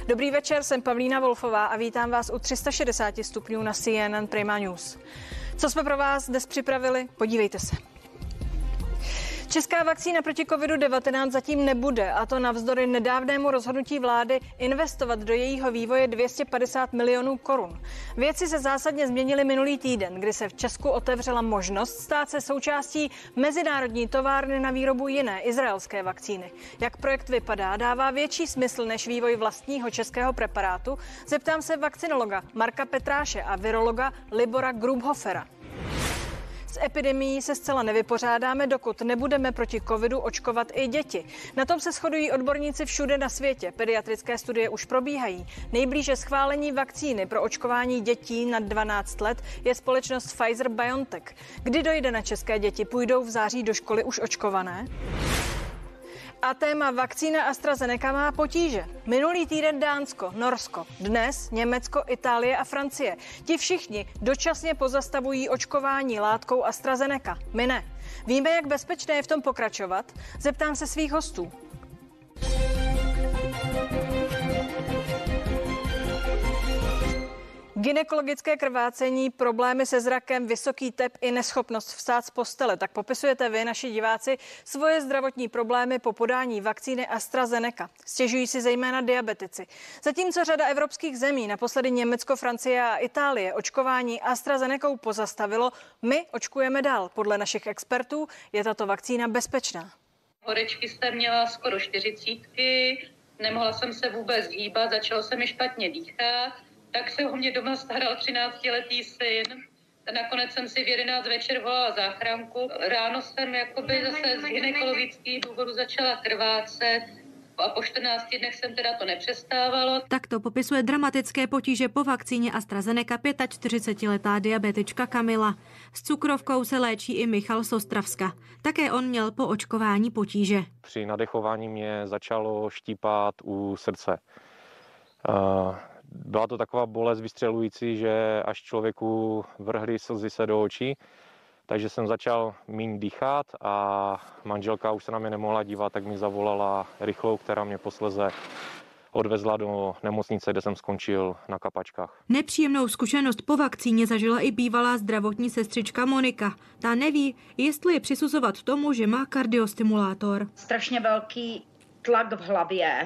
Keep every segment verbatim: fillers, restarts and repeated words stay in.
Dobrý večer, jsem Pavlína Wolfová a vítám vás u tři sta šedesát stupňů na C N N Prima News. Co jsme pro vás dnes připravili? Podívejte se. Česká vakcína proti covidu devatenáct zatím nebude, a to navzdory nedávnému rozhodnutí vlády investovat do jejího vývoje dvě stě padesát milionů korun. Věci se zásadně změnily minulý týden, kdy se v Česku otevřela možnost stát se součástí mezinárodní továrny na výrobu jiné izraelské vakcíny. Jak projekt vypadá, dává větší smysl než vývoj vlastního českého preparátu? Zeptám se vakcinologa Marka Petráše a virologa Libora Grubhofera. S epidemií se zcela nevypořádáme, dokud nebudeme proti covidu očkovat i děti. Na tom se shodují odborníci všude na světě. Pediatrické studie už probíhají. Nejblíže schválení vakcíny pro očkování dětí nad dvanáct let je společnost Pfizer-BioNTech. Kdy dojde na české děti? Půjdou v září do školy už očkované? A téma vakcína AstraZeneca má potíže. Minulý týden Dánsko, Norsko, dnes Německo, Itálie a Francie. Ti všichni dočasně pozastavují očkování látkou AstraZeneca. My ne. Víme, jak bezpečné je v tom pokračovat? Zeptám se svých hostů. Gynekologické krvácení, problémy se zrakem, vysoký tep i neschopnost vstát z postele. Tak popisujete vy, naši diváci, svoje zdravotní problémy po podání vakcíny AstraZeneca. Stěžují si zejména diabetici. Zatímco řada evropských zemí, naposledy Německo, Francie a Itálie, očkování AstraZenecou pozastavilo, my očkujeme dál. Podle našich expertů je tato vakcína bezpečná. Horečky jsem měla skoro čtyřicítky, nemohla jsem se vůbec hýbat, začalo se mi špatně dýchat. Tak se o mě doma staral třináctiletý syn. Nakonec jsem si v jedenáct večer volala záchranku. Ráno jsem jakoby zase z gynekologických důvodů začala krvácet a po čtrnácti dnech jsem teda to nepřestávalo. Takto popisuje dramatické potíže po vakcíně AstraZeneca čtyřicetiletá diabetička Kamila. S cukrovkou se léčí i Michal z Ostravska. Také on měl po očkování potíže. Při nadechování mě začalo štípat u srdce. Uh... Byla to taková bolest vystřelující, že až člověku vrhly slzy se do očí, takže jsem začal míň dýchat a manželka už se na mě nemohla dívat, tak mi zavolala rychlou, která mě posléze odvezla do nemocnice, kde jsem skončil na kapačkách. Nepříjemnou zkušenost po vakcíně zažila i bývalá zdravotní sestřička Monika. Ta neví, jestli je přisuzovat tomu, že má kardiostimulátor. Strašně velký tlak v hlavě.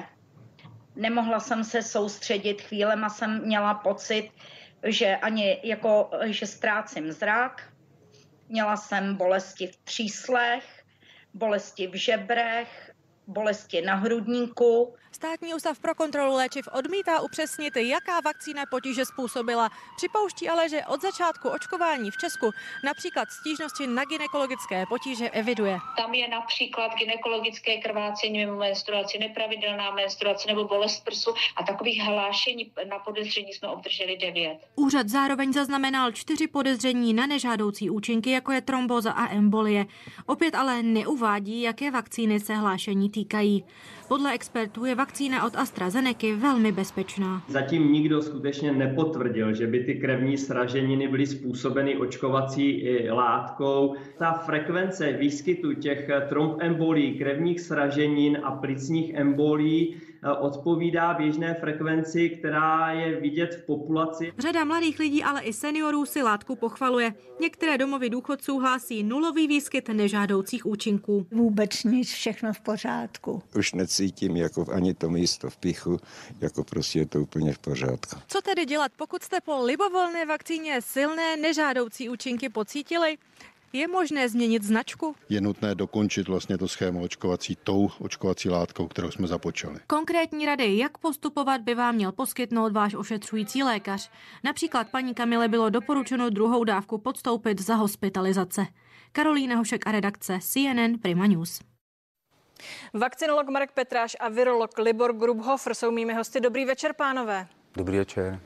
Nemohla jsem se soustředit, chvílema jsem měla pocit, že ani jako, že ztrácím zrak. Měla jsem bolesti v tříslech, bolesti v žebrech, bolesti na hrudníku. Státní ústav pro kontrolu léčiv odmítá upřesnit, jaká vakcína potíže způsobila. Připouští ale, že od začátku očkování v Česku například stížnosti na gynekologické potíže eviduje. Tam je například gynekologické krvácení mimo menstruaci, nepravidelná menstruace nebo bolest prsu a takových hlášení na podezření jsme obdrželi devět. Úřad zároveň zaznamenal čtyři podezření na nežádoucí účinky, jako je trombóza a embolie. Opět ale neuvádí, jaké vakcíny se hlášení týkají. Podle expertů je vakcína od AstraZeneca velmi bezpečná. Zatím nikdo skutečně nepotvrdil, že by ty krevní sraženiny byly způsobeny očkovací látkou. Ta frekvence výskytu těch trombembolí, krevních sraženin a plicních embolí odpovídá běžné frekvenci, která je vidět v populaci. Řada mladých lidí, ale i seniorů si látku pochvaluje. Některé domovy důchodců hlásí nulový výskyt nežádoucích účinků. Vůbec nic, všechno v pořádku. Už necítím jako ani to místo v pichu, jako prostě je to úplně v pořádku. Co tedy dělat, pokud jste po libovolné vakcíně silné nežádoucí účinky pocítili? Je možné změnit značku? Je nutné dokončit vlastně to schéma očkovací tou očkovací látkou, kterou jsme započali. Konkrétní rady, jak postupovat, by vám měl poskytnout váš ošetřující lékař. Například paní Kamile bylo doporučeno druhou dávku podstoupit za hospitalizace. Karolína Hošek a redakce C N N Prima News. Vakcinolog Marek Petráš a virolog Libor Grubhofer jsou mými hosty. Dobrý večer, pánové. Dobrý večer.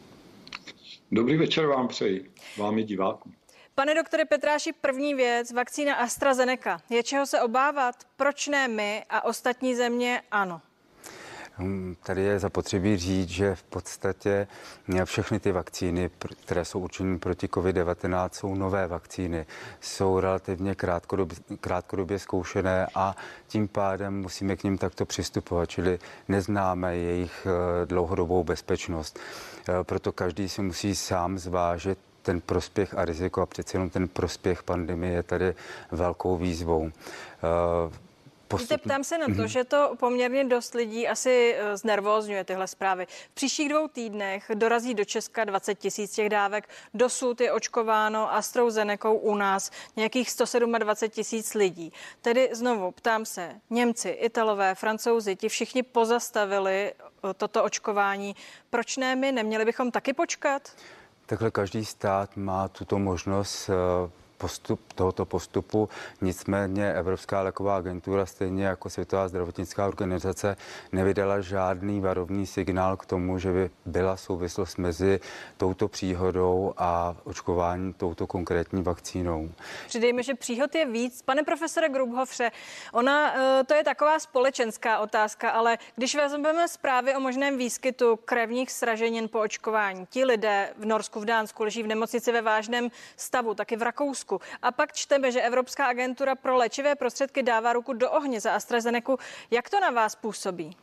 Dobrý večer vám přeji, vám i divákům. Pane doktore Petráši, první věc, vakcína AstraZeneca. Je čeho se obávat? Proč ne my a ostatní země ano? Tady je zapotřebí říct, že v podstatě všechny ty vakcíny, které jsou určeny proti covid devatenáct, jsou nové vakcíny. Jsou relativně krátkodobě, krátkodobě zkoušené a tím pádem musíme k nim takto přistupovat, čili neznáme jejich dlouhodobou bezpečnost. Proto každý si musí sám zvážit ten prospěch a riziko a přece jenom ten prospěch pandemie je tady velkou výzvou. Víte, ptám se na to, že to poměrně dost lidí asi znervózňuje tyhle zprávy. V příštích dvou týdnech dorazí do Česka dvacet tisíc těch dávek. Dosud je očkováno AstraZenecou u nás nějakých sto dvacet sedm tisíc lidí. Tedy znovu ptám se, Němci, Italové, Francouzi, ti všichni pozastavili toto očkování. Proč ne my? Neměli bychom taky počkat? Takhle každý stát má tuto možnost postup, tohoto postupu. Nicméně Evropská léková agentura, stejně jako Světová zdravotnická organizace, nevydala žádný varovný signál k tomu, že by byla souvislost mezi touto příhodou a očkování touto konkrétní vakcínou. Přidejme, že příhod je víc. Pane profesore Grubhofře, ona, to je taková společenská otázka, ale když vezmeme zprávy o možném výskytu krevních sraženin po očkování, ti lidé v Norsku, v Dánsku leží v nemocnici ve vážném stavu, taky v Rakousku. A pak čteme, že Evropská agentura pro léčivé prostředky dává ruku do ohně za AstraZenecu. Jak to na vás působí?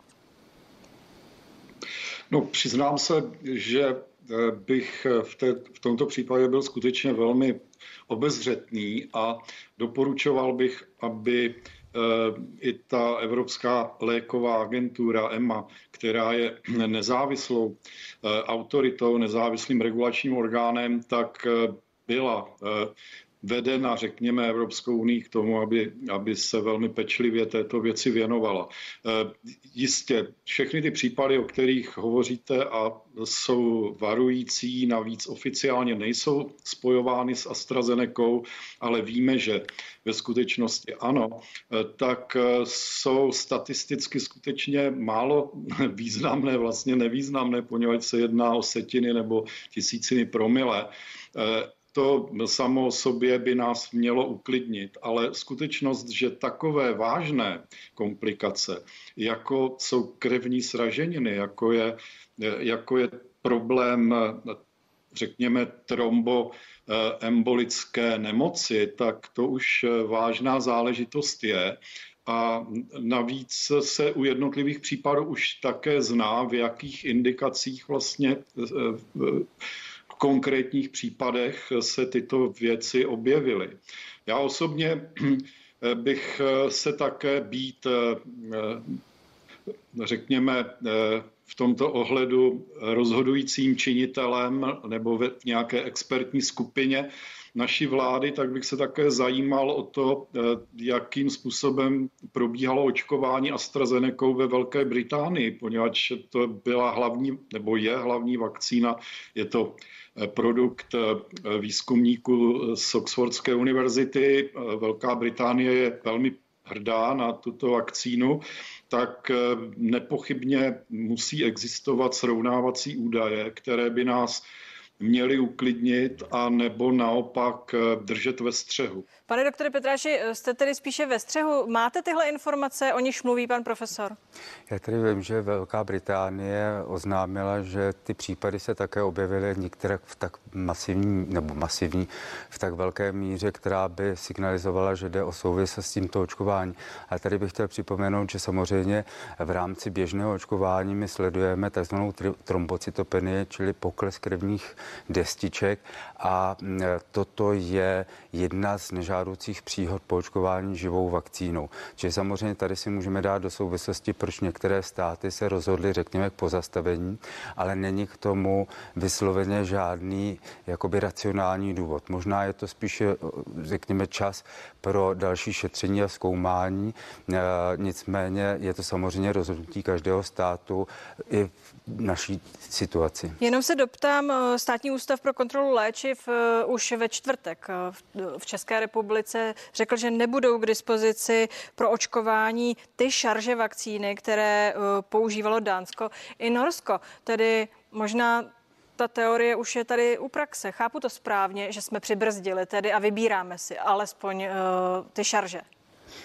No, přiznám se, že bych v, té, v tomto případě byl skutečně velmi obezřetný a doporučoval bych, aby i ta Evropská léková agentura E M A, která je nezávislou autoritou, nezávislým regulačním orgánem, tak byla vedena, řekněme, Evropskou unii k tomu, aby, aby se velmi pečlivě této věci věnovala. Jistě, všechny ty případy, o kterých hovoříte a jsou varující, navíc oficiálně nejsou spojovány s AstraZenecou, ale víme, že ve skutečnosti ano, tak jsou statisticky skutečně málo významné, vlastně nevýznamné, poněvadž se jedná o setiny nebo tisíciny promile. To samo o sobě by nás mělo uklidnit, ale skutečnost, že takové vážné komplikace, jako jsou krevní sraženiny, jako je, jako je problém, řekněme, tromboembolické nemoci, tak to už vážná záležitost je. A navíc se u jednotlivých případů už také zná, v jakých indikacích vlastně v konkrétních případech se tyto věci objevily. Já osobně bych se také být, řekněme, v tomto ohledu rozhodujícím činitelem nebo v nějaké expertní skupině naší vlády, tak bych se také zajímal o to, jakým způsobem probíhalo očkování AstraZenecou ve Velké Británii, poněvadž to byla hlavní, nebo je hlavní vakcína, je to produkt výzkumníků z Oxfordské univerzity. Velká Británie je velmi hrdá na tuto vakcínu, tak nepochybně musí existovat srovnávací údaje, které by nás měli uklidnit a nebo naopak držet ve střehu. Pane doktore Petráši, jste tedy spíše ve střehu. Máte tyhle informace, o nichž mluví pan profesor? Já tedy vím, že Velká Británie oznámila, že ty případy se také objevily některé v tak masivní, nebo masivní, v tak velké míře, která by signalizovala, že jde o souvislost s tímto očkování. A tady bych chtěl připomenout, že samozřejmě v rámci běžného očkování my sledujeme takzvanou trombocytopenii, čili pokles krevních destiček, a toto je jedna z nežádoucích příhod po očkování živou vakcínou. Čili samozřejmě tady si můžeme dát do souvislosti, proč některé státy se rozhodly, řekněme, k pozastavení, ale není k tomu vysloveně žádný jakoby racionální důvod. Možná je to spíše, řekněme, čas pro další šetření a zkoumání, nicméně je to samozřejmě rozhodnutí každého státu i v naší situaci. Jenom se doptám, Státní ústav pro kontrolu léčiv už ve čtvrtek v České republice řekl, že nebudou k dispozici pro očkování ty šarže vakcíny, které používalo Dánsko i Norsko. Tedy možná ta teorie už je tady u praxe. Chápu to správně, že jsme přibrzdili tedy a vybíráme si alespoň ty šarže.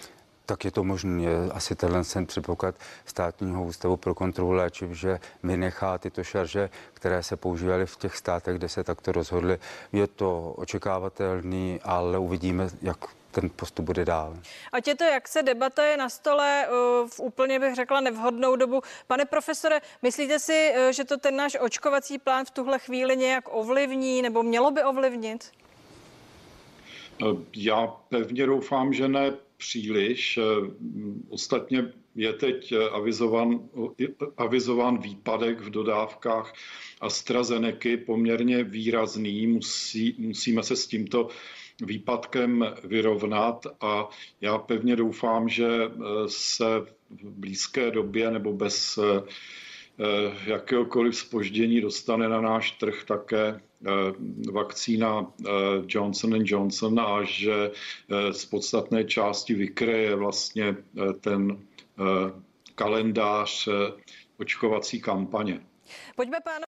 Tak je to možné. Asi tenhle ten předpoklad Státního ústavu pro kontrolu léčiv, že vynechá tyto šarže, které se používaly v těch státech, kde se takto rozhodli. Je to očekávatelný, ale uvidíme, jak ten postup bude dál. Ať je to, jak se debata je na stole v úplně, bych řekla, nevhodnou dobu. Pane profesore, myslíte si, že to ten náš očkovací plán v tuhle chvíli nějak ovlivní nebo mělo by ovlivnit? Já pevně doufám, že ne příliš. Ostatně je teď avizovan, avizovan výpadek v dodávkách AstraZenecy poměrně výrazný. Musí, musíme se s tímto výpadkem vyrovnat a já pevně doufám, že se v blízké době nebo bez jakéhokoliv zpoždění dostane na náš trh také vakcína Johnson and Johnson a že z podstatné části vykryje vlastně ten kalendář očkovací kampaně. Pojďme, pánové.